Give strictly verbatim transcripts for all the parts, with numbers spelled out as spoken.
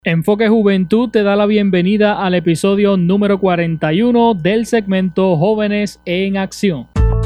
Enfoque Juventud te da la bienvenida al episodio número cuarenta y uno del segmento Jóvenes en Acción.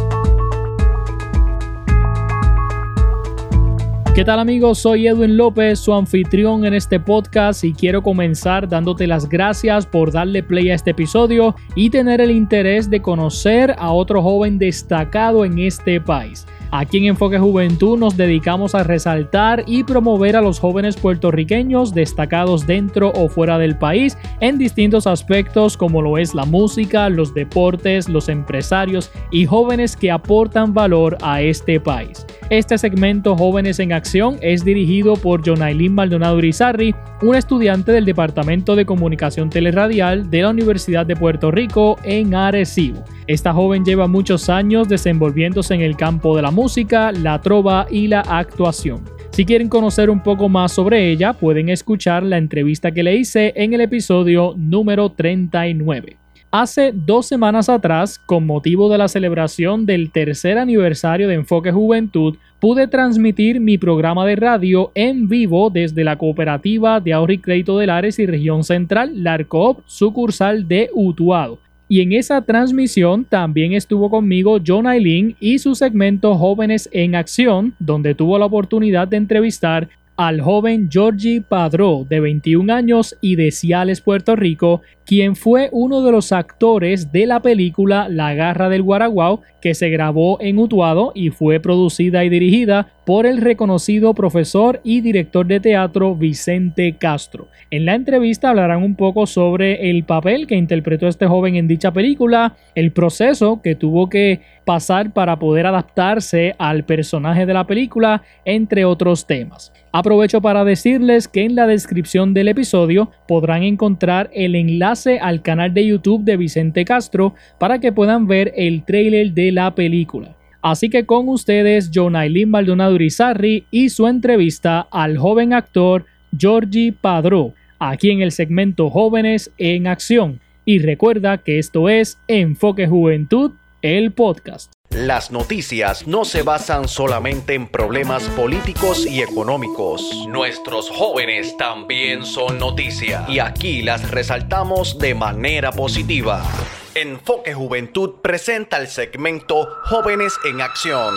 ¿Qué tal amigos? Soy Edwin López, su anfitrión en este podcast y quiero comenzar dándote las gracias por darle play a este episodio y tener el interés de conocer a otro joven destacado en este país. Aquí en Enfoque Juventud nos dedicamos a resaltar y promover a los jóvenes puertorriqueños destacados dentro o fuera del país en distintos aspectos como lo es la música, los deportes, los empresarios y jóvenes que aportan valor a este país. Este segmento Jóvenes en Acción es dirigido por Jonailin Maldonado Irizarry, una estudiante del Departamento de Comunicación Teleradial de la Universidad de Puerto Rico en Arecibo. Esta joven lleva muchos años desenvolviéndose en el campo de la música, la trova y la actuación. Si quieren conocer un poco más sobre ella, pueden escuchar la entrevista que le hice en el episodio número treinta y nueve. Hace dos semanas atrás, con motivo de la celebración del tercer aniversario de Enfoque Juventud, pude transmitir mi programa de radio en vivo desde la Cooperativa de Ahorro y Crédito de Lares y Región Central, LARCOOP, sucursal de Utuado. Y en esa transmisión también estuvo conmigo Jonailin y su segmento Jóvenes en Acción, donde tuvo la oportunidad de entrevistar al joven Georgie Padró, de veintiún años y de Ciales, Puerto Rico, quien fue uno de los actores de la película La Garra del Guaraguao, que se grabó en Utuado y fue producida y dirigida por el reconocido profesor y director de teatro Vicente Castro. En la entrevista hablarán un poco sobre el papel que interpretó este joven en dicha película, el proceso que tuvo que pasar para poder adaptarse al personaje de la película, entre otros temas. Aprovecho para decirles que en la descripción del episodio podrán encontrar el enlace al canal de YouTube de Vicente Castro para que puedan ver el tráiler de la película. Así que con ustedes, Jonailin Maldonado Irizarry y su entrevista al joven actor Georgie Padró, aquí en el segmento Jóvenes en Acción. Y recuerda que esto es Enfoque Juventud, el podcast. Las noticias no se basan solamente en problemas políticos y económicos. Nuestros jóvenes también son noticia y aquí las resaltamos de manera positiva. Enfoque Juventud presenta el segmento Jóvenes en Acción.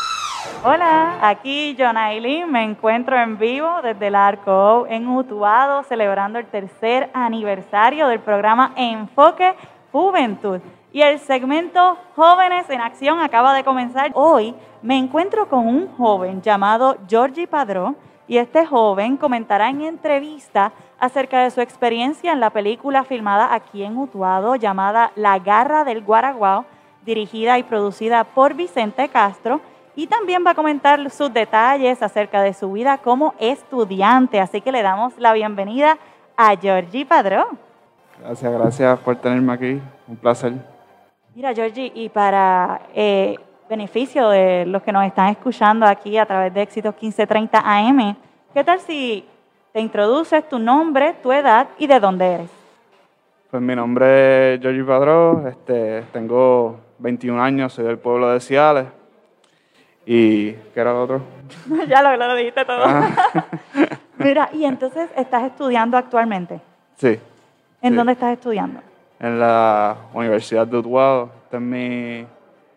Hola, aquí Jonailin, me encuentro en vivo desde LARCOOP en Utuado celebrando el tercer aniversario del programa Enfoque Juventud. Y el segmento Jóvenes en Acción acaba de comenzar. Hoy me encuentro con un joven llamado Georgie Padró y este joven comentará en entrevista acerca de su experiencia en la película filmada aquí en Utuado llamada La Garra del Guaraguao, dirigida y producida por Vicente Castro, y también va a comentar sus detalles acerca de su vida como estudiante. Así que le damos la bienvenida a Georgie Padró. Gracias, gracias por tenerme aquí. Un placer. Mira, Georgie, y para eh, beneficio de los que nos están escuchando aquí a través de Éxitos quince treinta A M, ¿qué tal si te introduces tu nombre, tu edad y de dónde eres? Pues mi nombre es Georgie Padró, este, tengo veintiún años, soy del pueblo de Ciales. ¿Y qué era lo otro? Ya lo, lo dijiste todo. Mira, y entonces, ¿estás estudiando actualmente? Sí. ¿En sí. dónde estás estudiando? En la Universidad de Utuado. Este es mi,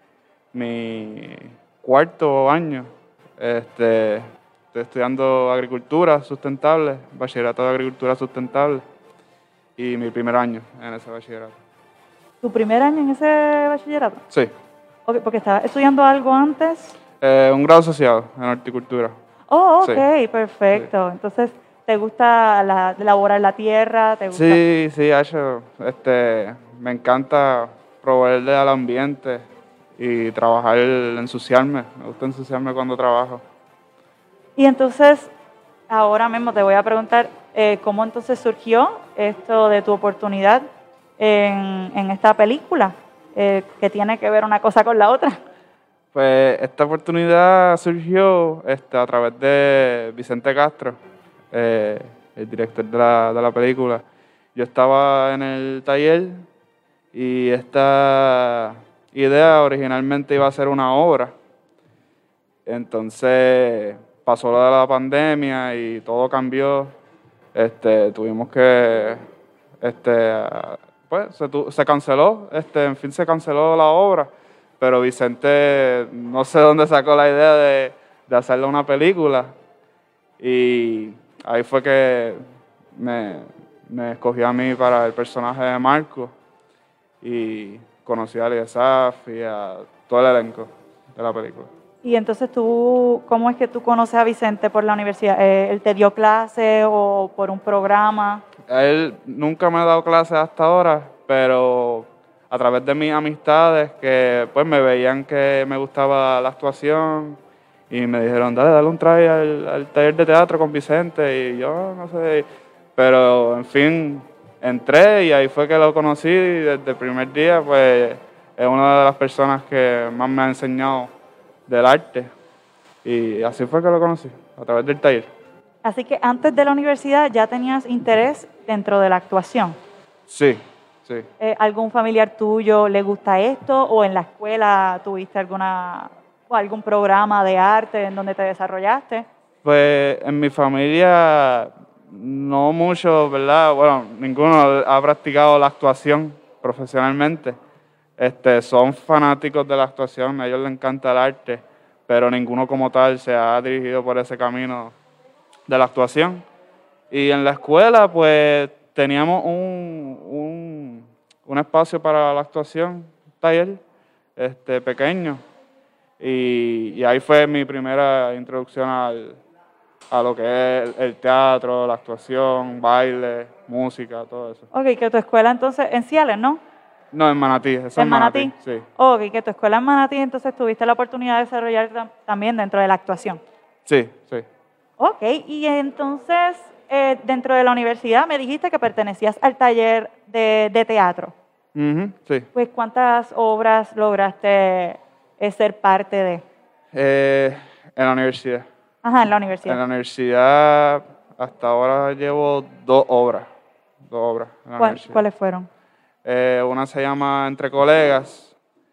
mi cuarto año. Este, estoy estudiando agricultura sustentable, bachillerato de agricultura sustentable, y mi primer año en ese bachillerato. ¿Tu primer año en ese bachillerato? Sí. Okay, porque estabas estudiando algo antes. Eh, un grado asociado en horticultura. Oh, ok, sí. perfecto. Sí. Entonces, ¿te gusta la, elaborar la tierra? ¿Te gusta? Sí, sí, hecho, este, me encanta proveerle al ambiente y trabajar, ensuciarme. Me gusta ensuciarme cuando trabajo. Y entonces, ahora mismo te voy a preguntar, eh, ¿cómo entonces surgió esto de tu oportunidad en, en esta película? Eh, ¿Qué tiene que ver una cosa con la otra? Pues esta oportunidad surgió este, a través de Vicente Castro, eh, el director de la, de la película. Yo estaba en el taller y esta idea originalmente iba a ser una obra. Entonces pasó lo de la pandemia y todo cambió este, tuvimos que, este, pues se, tu, se canceló, este, en fin se canceló la obra, pero Vicente no sé dónde sacó la idea de, de hacerle una película y ahí fue que me, me escogió a mí para el personaje de Marco y conocí a Eliasaf y a todo el elenco de la película. Y entonces tú, ¿cómo es que tú conoces a Vicente por la universidad? Eh, ¿Él te dio clase o por un programa? Él nunca me ha dado clases hasta ahora, pero a través de mis amistades que pues me veían que me gustaba la actuación y me dijeron, dale, dale un try al, al taller de teatro con Vicente y yo no sé, pero en fin, entré y ahí fue que lo conocí y desde el primer día pues es una de las personas que más me ha enseñado del arte y así fue que lo conocí, a través del taller. Así que antes de la universidad ya tenías interés dentro de la actuación. Sí, sí. Eh, ¿Algún familiar tuyo le gusta esto o en la escuela tuviste alguna o algún programa de arte en donde te desarrollaste? Pues en mi familia no mucho, ¿verdad? Bueno, ninguno ha practicado la actuación profesionalmente. Este, son fanáticos de la actuación, a ellos les encanta el arte, pero ninguno como tal se ha dirigido por ese camino de la actuación. Y en la escuela, pues, teníamos un, un, un espacio para la actuación, un taller este, pequeño, y, y ahí fue mi primera introducción al, a lo que es el, el teatro, la actuación, baile, música, todo eso. Ok, que tu escuela entonces, en Ciales, ¿no? No, en Manatí. Eso ¿En Manatí? Manatí, sí. Ok, que tu escuela en Manatí, entonces tuviste la oportunidad de desarrollar tam- también dentro de la actuación. Sí, sí. Ok, y entonces eh, dentro de la universidad me dijiste que pertenecías al taller de, de teatro. Uh-huh, sí. Pues, ¿cuántas obras lograste eh, ser parte de? Eh, en la universidad. Ajá, en la universidad. En la universidad hasta ahora llevo dos obras. Dos obras en la ¿Cuál- universidad. ¿Cuáles fueron? Eh, una se llama Entre Colegas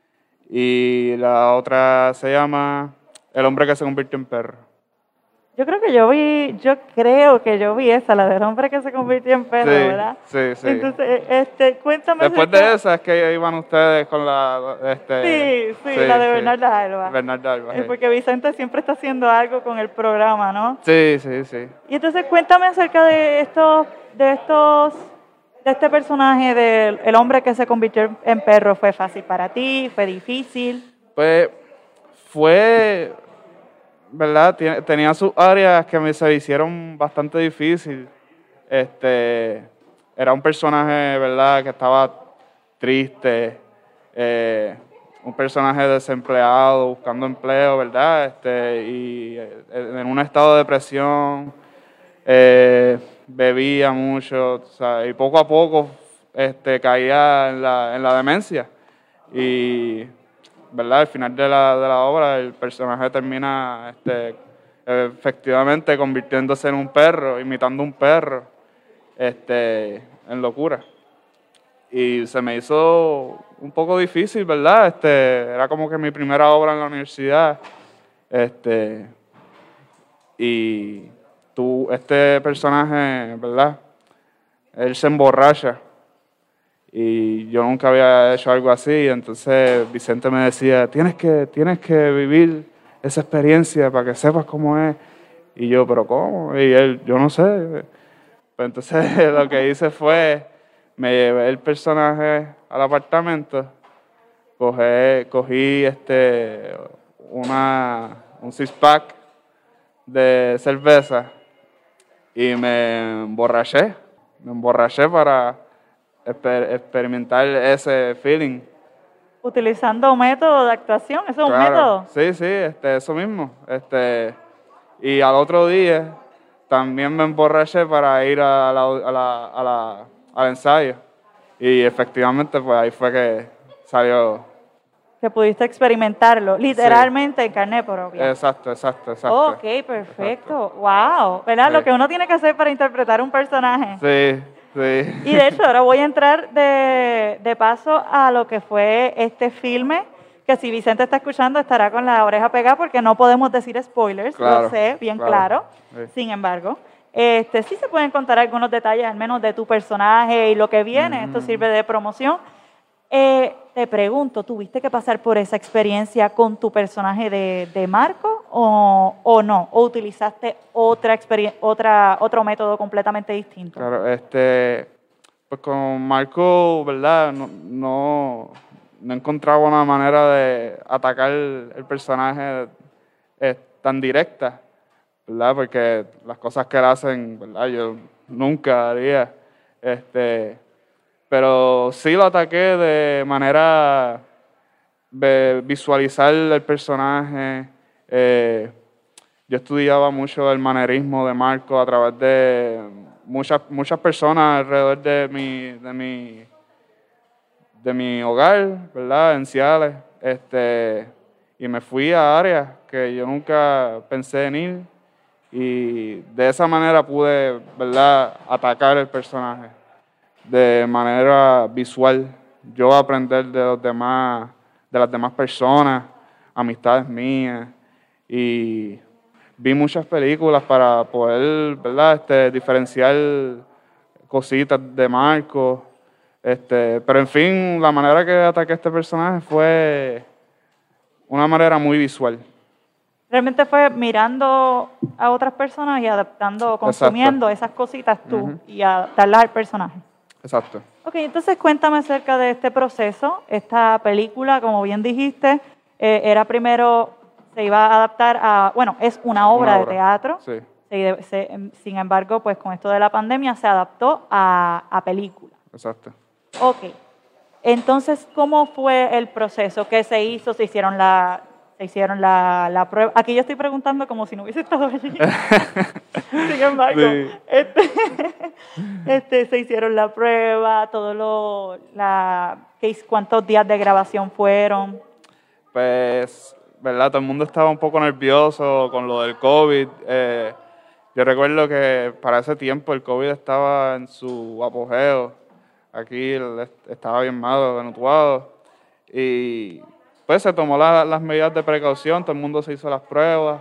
y la otra se llama El hombre que se convirtió en perro. Yo creo que yo vi, yo creo que yo vi esa, la del hombre que se convirtió en perro, Sí, ¿verdad? sí, sí. Entonces, este, cuéntame. Después acerca- de esa es que iban ustedes con la... Este, Sí, sí, la de Bernarda Alba. Bernarda Alba, Eh, sí. Porque Vicente siempre está haciendo algo con el programa, ¿no? Sí, sí, sí. Y entonces cuéntame acerca de estos, de estos, de este personaje del el hombre que se convirtió en perro. ¿Fue fácil para ti? ¿Fue difícil? Pues fue, ¿verdad? Tien- Tenía sus áreas que me se hicieron bastante difícil. Este, era un personaje, ¿verdad? Que estaba triste, eh, un personaje desempleado, buscando empleo, ¿verdad? Este, y eh, en un estado de depresión, eh, bebía mucho, o sea, y poco a poco este, caía en la, en la demencia. Y, ¿verdad? Al final de la, de la obra, el personaje termina este, efectivamente convirtiéndose en un perro, imitando un perro, este, en locura. Y se me hizo un poco difícil, ¿verdad? Este, era como que mi primera obra en la universidad. Este, y tú, este personaje, ¿verdad? Él se emborracha. Y yo nunca había hecho algo así. Entonces Vicente me decía, tienes que, tienes que vivir esa experiencia para que sepas cómo es. Y yo, ¿pero cómo? Y él, yo no sé. Pues entonces lo que hice fue, me llevé el personaje al apartamento, cogí, cogí este, una, un six-pack de cerveza y me emborraché. Me emborraché para exper- experimentar ese feeling. Utilizando método de actuación, ¿eso es un Claro. método? Sí, sí, este, eso mismo. Este, y al otro día también me emborraché para ir a la, a la, a la, al ensayo. Y efectivamente, pues ahí fue que salió. Que pudiste experimentarlo, literalmente en carne propia. Exacto, exacto, exacto. Ok, perfecto. Wow. ¿Verdad? Sí. Lo que uno tiene que hacer para interpretar un personaje. Sí, sí. Y de hecho, ahora voy a entrar de, de paso a lo que fue este filme, que si Vicente está escuchando estará con la oreja pegada porque no podemos decir spoilers, Claro, lo sé, bien claro. claro. Sí. Sin embargo, Este, sí se pueden contar algunos detalles, al menos de tu personaje y lo que viene. Mm. Esto sirve de promoción. Eh, te pregunto, ¿tuviste que pasar por esa experiencia con tu personaje de, de Marco o, o no? ¿O utilizaste otra otra otro método completamente distinto? Claro, este, pues con Marco, ¿verdad? No, no, no encontraba una manera de atacar el personaje eh, tan directa, ¿verdad? Porque las cosas que él hacen, ¿verdad? Yo nunca haría. Este, pero sí lo ataqué de manera de visualizar el personaje. Eh, yo estudiaba mucho el manerismo de Marco a través de muchas muchas personas alrededor de mi de mi de mi hogar, ¿verdad? En Ciales. Este, y me fui a áreas que yo nunca pensé en ir. Y de esa manera pude, ¿verdad?, atacar el personaje de manera visual. Yo aprender de los demás, de las demás personas, amistades mías, y vi muchas películas para poder, ¿verdad?, este, diferenciar cositas de Marco. Este, pero en fin, la manera que ataqué a este personaje fue una manera muy visual. Realmente fue mirando a otras personas y adaptando, consumiendo Exacto. esas cositas tú uh-huh. y adaptarlas al personaje. Exacto. Ok, entonces cuéntame acerca de este proceso. Esta película, como bien dijiste, eh, era primero, se iba a adaptar a, bueno, es una obra, una obra. de teatro. Sí. Se, se, sin embargo, pues con esto de la pandemia se adaptó a, a película. Exacto. Ok. Entonces, ¿cómo fue el proceso? ¿Qué se hizo? ¿Se hicieron la... Se hicieron la, la prueba. Aquí yo estoy preguntando como si no hubiese estado allí. Sin embargo, sí. este, este, se hicieron la prueba, todo lo, la, ¿cuántos días de grabación fueron? Pues, ¿verdad? Todo el mundo estaba un poco nervioso con lo del COVID. Eh, yo recuerdo que para ese tiempo el COVID estaba en su apogeo. Aquí estaba bien malo, denutuado. Y pues se tomó la, las medidas de precaución, todo el mundo se hizo las pruebas.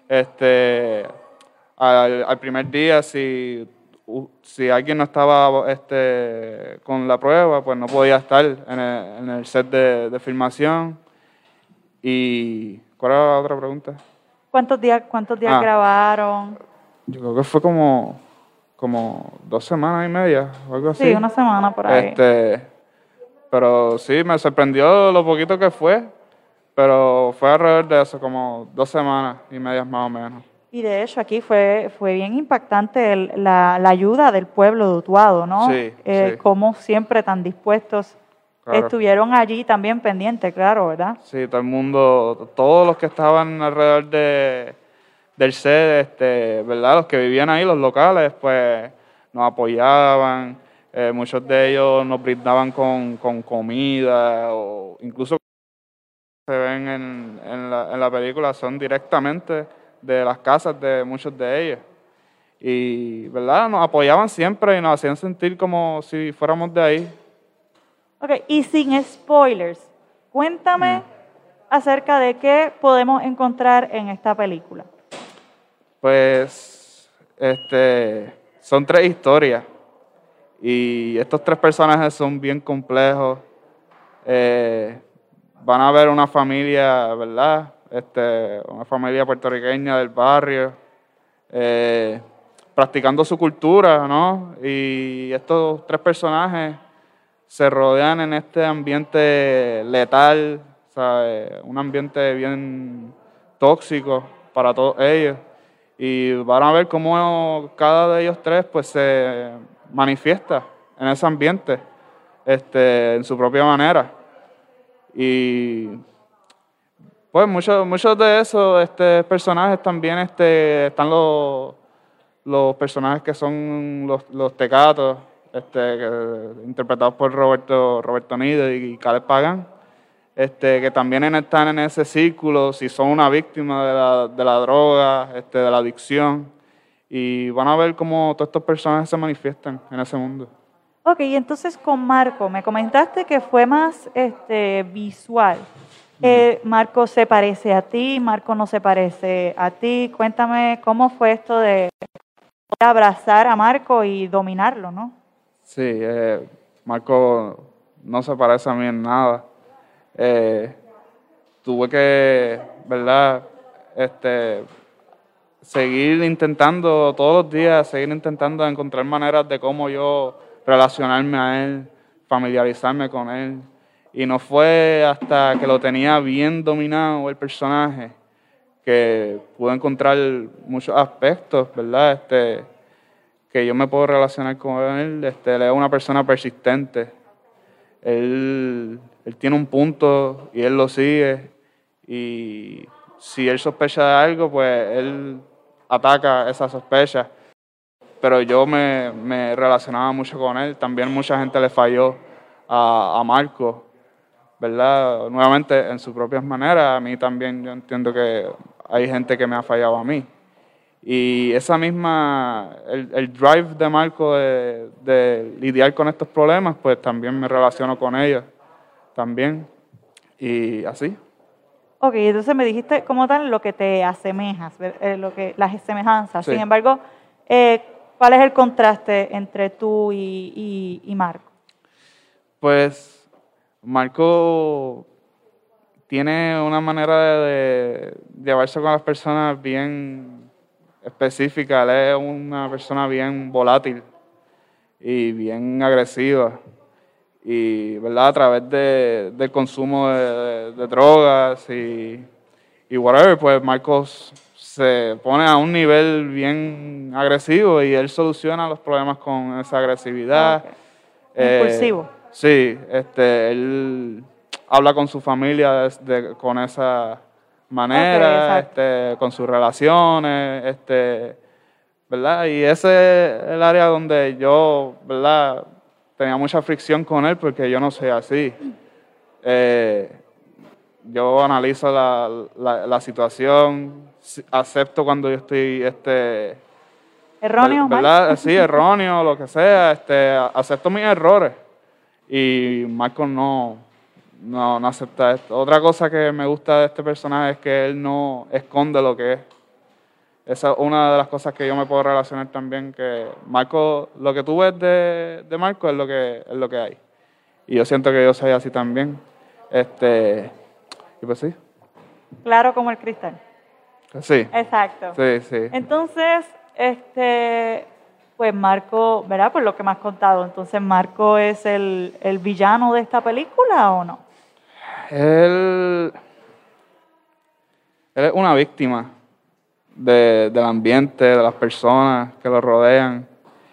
Este, al, al primer día, si, si alguien no estaba este, con la prueba, pues no podía estar en el, en el set de, de filmación. Y, ¿cuál era la otra pregunta? ¿Cuántos días, cuántos días ah, grabaron? Yo creo que fue como, como dos semanas y media, o algo así. Sí, una semana por ahí. Este, pero sí, me sorprendió lo poquito que fue. Pero fue alrededor de eso, como dos semanas y medias más o menos. Y de hecho aquí fue, fue bien impactante el, la, la ayuda del pueblo de Utuado, ¿no? Sí, eh, sí. Como siempre tan dispuestos. Claro. Estuvieron allí también pendientes, claro, ¿verdad? Sí, todo el mundo, todos los que estaban alrededor de, del set, este, ¿verdad? Los que vivían ahí, los locales, pues nos apoyaban. Eh, muchos de ellos nos brindaban con, con comida o incluso se ven en, en, la, en la película son directamente de las casas de muchos de ellos. Y, ¿verdad? Nos apoyaban siempre y nos hacían sentir como si fuéramos de ahí. Ok, y sin spoilers, cuéntame mm. acerca de qué podemos encontrar en esta película. Pues, este, son tres historias. Y estos tres personajes son bien complejos. Eh, Van a ver una familia, ¿verdad? Este, una familia puertorriqueña del barrio, eh, practicando su cultura, ¿no? Y estos tres personajes se rodean en este ambiente letal, ¿sabes? Un ambiente bien tóxico para todos ellos. Y van a ver cómo cada de ellos tres pues, se manifiesta en ese ambiente, este, en su propia manera. Y pues muchos muchos de esos este, personajes también este, están los, los personajes que son los, los tecatos, este, que, interpretados por Roberto, Roberto Nido y Caleb Pagan, este, que también están en ese círculo, si son una víctima de la, de la droga, este, de la adicción, y van a ver cómo todos estos personajes se manifiestan en ese mundo. Ok, entonces con Marco, me comentaste que fue más este, visual. Eh, ¿Marco se parece a ti? ¿Marco no se parece a ti? Cuéntame cómo fue esto de abrazar a Marco y dominarlo, ¿no? Sí, eh, Marco no se parece a mí en nada. Eh, tuve que, ¿verdad? Este, seguir intentando todos los días, seguir intentando encontrar maneras de cómo yo relacionarme a él, familiarizarme con él. Y no fue hasta que lo tenía bien dominado el personaje que pude encontrar muchos aspectos, ¿verdad? Este, que yo me puedo relacionar con él. Este, él es una persona persistente. Él, él tiene un punto y él lo sigue. Y si él sospecha de algo, pues él ataca esa sospecha. Pero yo me, me relacionaba mucho con él. También mucha gente le falló a, a Marco, ¿verdad? Nuevamente, en sus propias maneras. A mí también, yo entiendo que hay gente que me ha fallado a mí. Y esa misma, el, el drive de Marco de, de lidiar con estos problemas, pues también me relaciono con ellos, también. Y así. Ok, entonces me dijiste como tal lo que te asemejas, eh, lo que, las semejanzas. Sí. Sin embargo, eh, ¿cuál es el contraste entre tú y, y, y Marco? Pues Marco tiene una manera de, de llevarse con las personas bien específica. Él es una persona bien volátil y bien agresiva. Y, ¿verdad? A través de, del consumo de, de, de drogas y, y whatever, pues Marcos se pone a un nivel bien agresivo y él soluciona los problemas con esa agresividad. Okay. Eh, Impulsivo. Sí, este, él habla con su familia de, de, con esa manera, okay, este, con sus relaciones, este, ¿verdad? Y ese es el área donde yo, ¿verdad?, tenía mucha fricción con él porque yo no soy así. Eh, yo analizo la, la, la situación, acepto cuando yo estoy este, erróneo, ¿verdad? Sí, erróneo, lo que sea, este, acepto mis errores. Y Marco no, no, no acepta esto. Otra cosa que me gusta de este personaje es que él no esconde lo que es. Esa es una de las cosas que yo me puedo relacionar también, que Marco, lo que tú ves de, de Marco es lo que es lo que hay. Y yo siento que yo soy así también. Este, y pues sí. Claro como el cristal. Sí. Exacto. Sí, sí. Entonces, este, pues Marco, ¿verdad? Por lo que me has contado, entonces Marco es el, el villano de esta película, ¿o no? Él, él es una víctima De, del ambiente, de las personas que lo rodean.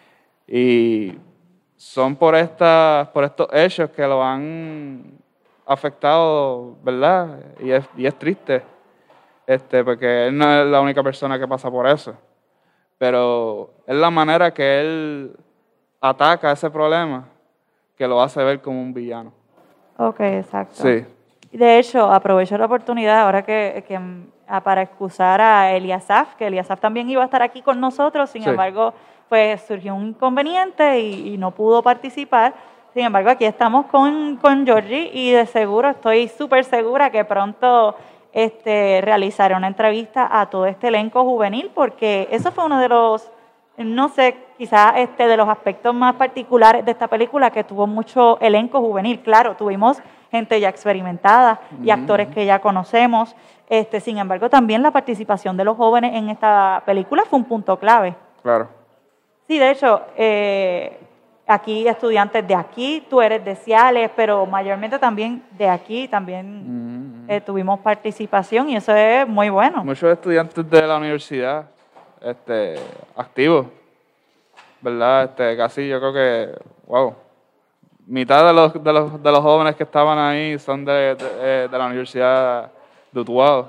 Y son por, estas, por estos hechos que lo han afectado, ¿verdad? Y es, y es triste, este, porque él no es la única persona que pasa por eso. Pero es la manera que él ataca ese problema que lo hace ver como un villano. Ok, exacto. Sí. De hecho, aprovecho la oportunidad ahora que, que para excusar a Eliasaf, que Eliasaf también iba a estar aquí con nosotros, sin sí. embargo, pues surgió un inconveniente y, y no pudo participar. Sin embargo, aquí estamos con, con Georgie y de seguro, estoy súper segura que pronto este, realizaré una entrevista a todo este elenco juvenil, porque eso fue uno de los, no sé, quizás este, de los aspectos más particulares de esta película, que tuvo mucho elenco juvenil. Claro, tuvimos gente ya experimentada y actores que ya conocemos. Este, sin embargo, también la participación de los jóvenes en esta película fue un punto clave. Claro. Sí, de hecho, eh, aquí estudiantes de aquí, tú eres de Ciales, pero mayormente también de aquí, también mm-hmm. eh, tuvimos participación y eso es muy bueno. Muchos estudiantes de la universidad este, activos, ¿verdad? Este, casi yo creo que, wow, mitad de los, de los, de los jóvenes que estaban ahí son de, de, de la Universidad de Utuado.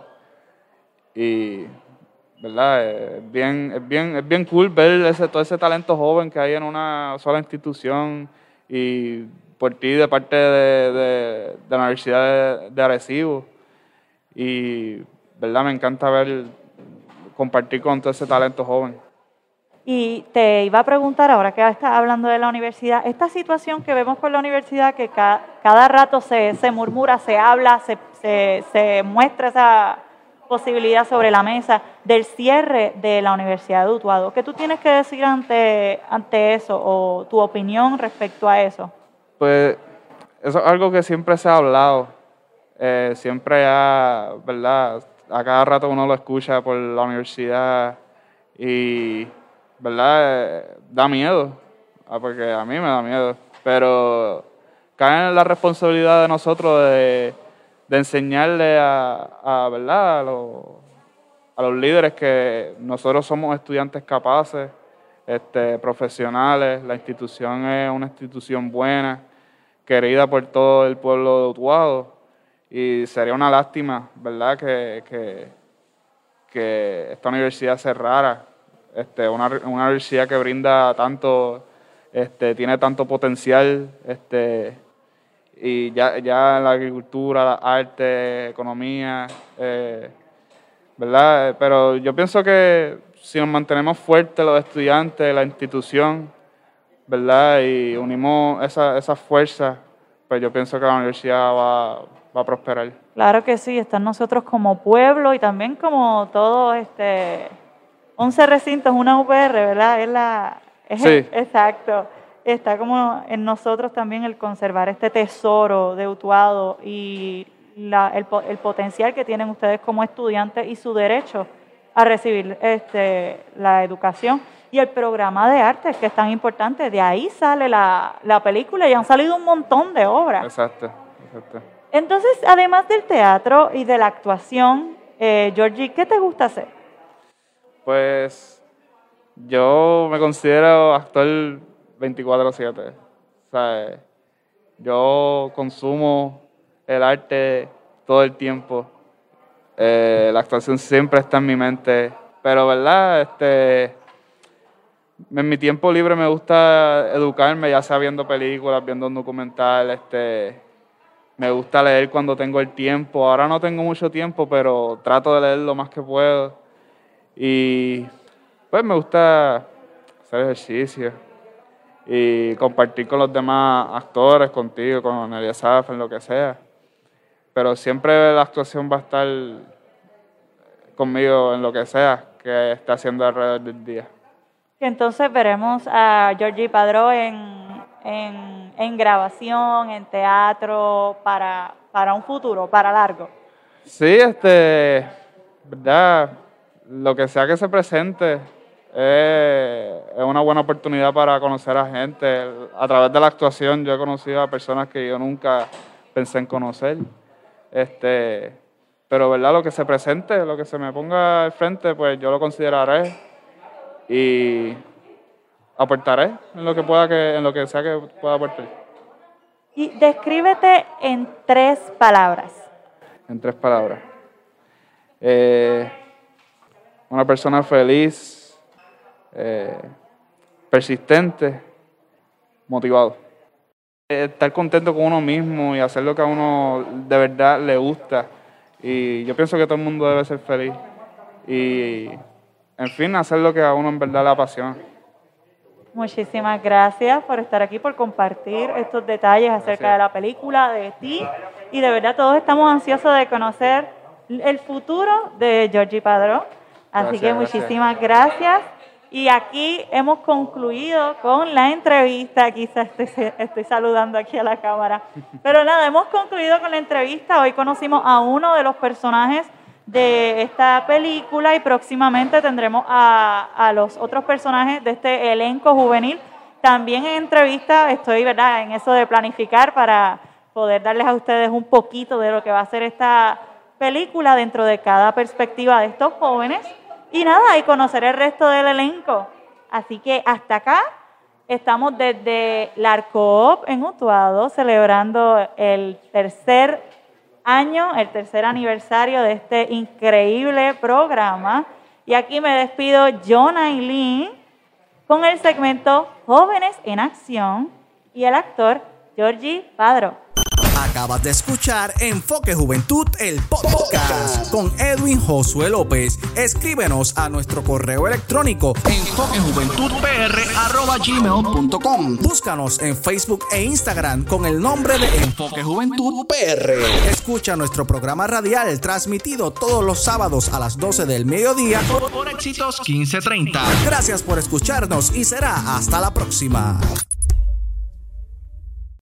Y, ¿verdad? Es bien, es bien, es bien cool ver ese, todo ese talento joven que hay en una sola institución y por ti de parte de, de, de la Universidad de, de Arecibo. Y, ¿verdad? Me encanta ver, compartir con todo ese talento joven. Y te iba a preguntar, ahora que estás hablando de la universidad, esta situación que vemos con la universidad, que ca, cada rato se, se murmura, se habla, se, se, se muestra esa posibilidad sobre la mesa del cierre de la Universidad de Utuado. ¿Qué tú tienes que decir ante, ante eso o tu opinión respecto a eso? Pues eso es algo que siempre se ha hablado, eh, siempre ha, ¿verdad? A cada rato uno lo escucha por la universidad y, ¿verdad? Eh, da miedo, porque a mí me da miedo, pero cae en la responsabilidad de nosotros de, de enseñarle a, a, ¿verdad? A, los, a los líderes que nosotros somos estudiantes capaces, este, profesionales, la institución es una institución buena, querida por todo el pueblo de Utuado, y sería una lástima, ¿verdad?, que, que, que esta universidad cerrara, este, una, una universidad que brinda tanto, este, tiene tanto potencial, este, y ya, ya la agricultura, la arte, economía, eh, ¿verdad? Pero yo pienso que si nos mantenemos fuertes los estudiantes, la institución, ¿verdad? Y unimos esa, esa fuerza, pues yo pienso que la universidad va, va a prosperar. Claro que sí, están nosotros como pueblo y también como todo, este, once recintos, una U P R, ¿verdad? Es la, es sí. El, exacto. Está como en nosotros también el conservar este tesoro de Utuado y la, el, el potencial que tienen ustedes como estudiantes y su derecho a recibir este, la educación. Y el programa de arte, que es tan importante, de ahí sale la, la película y han salido un montón de obras. Exacto, exacto. Entonces, además del teatro y de la actuación, eh, Georgie, ¿qué te gusta hacer? Pues yo me considero actor veinticuatro siete. O sea, yo consumo el arte todo el tiempo. Eh, la actuación siempre está en mi mente. Pero, ¿verdad? Este... En mi tiempo libre me gusta educarme, ya sea viendo películas, viendo un documental, este, me gusta leer cuando tengo el tiempo. Ahora no tengo mucho tiempo, pero trato de leer lo más que puedo. Y pues me gusta hacer ejercicio y compartir con los demás actores, contigo, con Nelia Saf, en lo que sea. Pero siempre la actuación va a estar conmigo en lo que sea que esté haciendo alrededor del día. Entonces veremos a Georgie Padró en, en, en grabación, en teatro, para, para un futuro, para largo. Sí, este, verdad, lo que sea que se presente eh, es una buena oportunidad para conocer a gente. A través de la actuación yo he conocido a personas que yo nunca pensé en conocer. Este, pero verdad, lo que se presente, lo que se me ponga al frente, pues yo lo consideraré y aportaré en lo que pueda que en lo que sea que pueda aportar. Y descríbete en tres palabras. En tres palabras. Eh, una persona feliz, eh, persistente, motivado. Eh, estar contento con uno mismo y hacer lo que a uno de verdad le gusta. Y yo pienso que todo el mundo debe ser feliz. Y en fin, hacer lo que a uno en verdad le apasiona. Muchísimas gracias por estar aquí, por compartir estos detalles acerca gracias. de la película, de ti. Y de verdad todos estamos ansiosos de conocer el futuro de Georgie Padró. Así gracias, que muchísimas gracias. gracias. Y aquí hemos concluido con la entrevista. Quizás estoy, estoy saludando aquí a la cámara. Pero nada, hemos concluido con la entrevista. Hoy conocimos a uno de los personajes de esta película y próximamente tendremos a, a los otros personajes de este elenco juvenil. También en entrevista estoy, ¿verdad?, en eso de planificar para poder darles a ustedes un poquito de lo que va a ser esta película dentro de cada perspectiva de estos jóvenes. Y nada, y conocer el resto del elenco. Así que hasta acá estamos desde la Arcoop en Utuado celebrando el tercer año, el tercer aniversario de este increíble programa. Y aquí me despido yo, Nailin, con el segmento Jóvenes en Acción y el actor Georgie Padró. Acabas de escuchar Enfoque Juventud, el podcast con Edwin Josué López. Escríbenos a nuestro correo electrónico enfoque juventud p r arroba gmail punto com. Búscanos en Facebook e Instagram con el nombre de Enfoque Juventud P R. Escucha nuestro programa radial transmitido todos los sábados a las doce del mediodía por, por Éxitos quince treinta. Gracias por escucharnos y será hasta la próxima.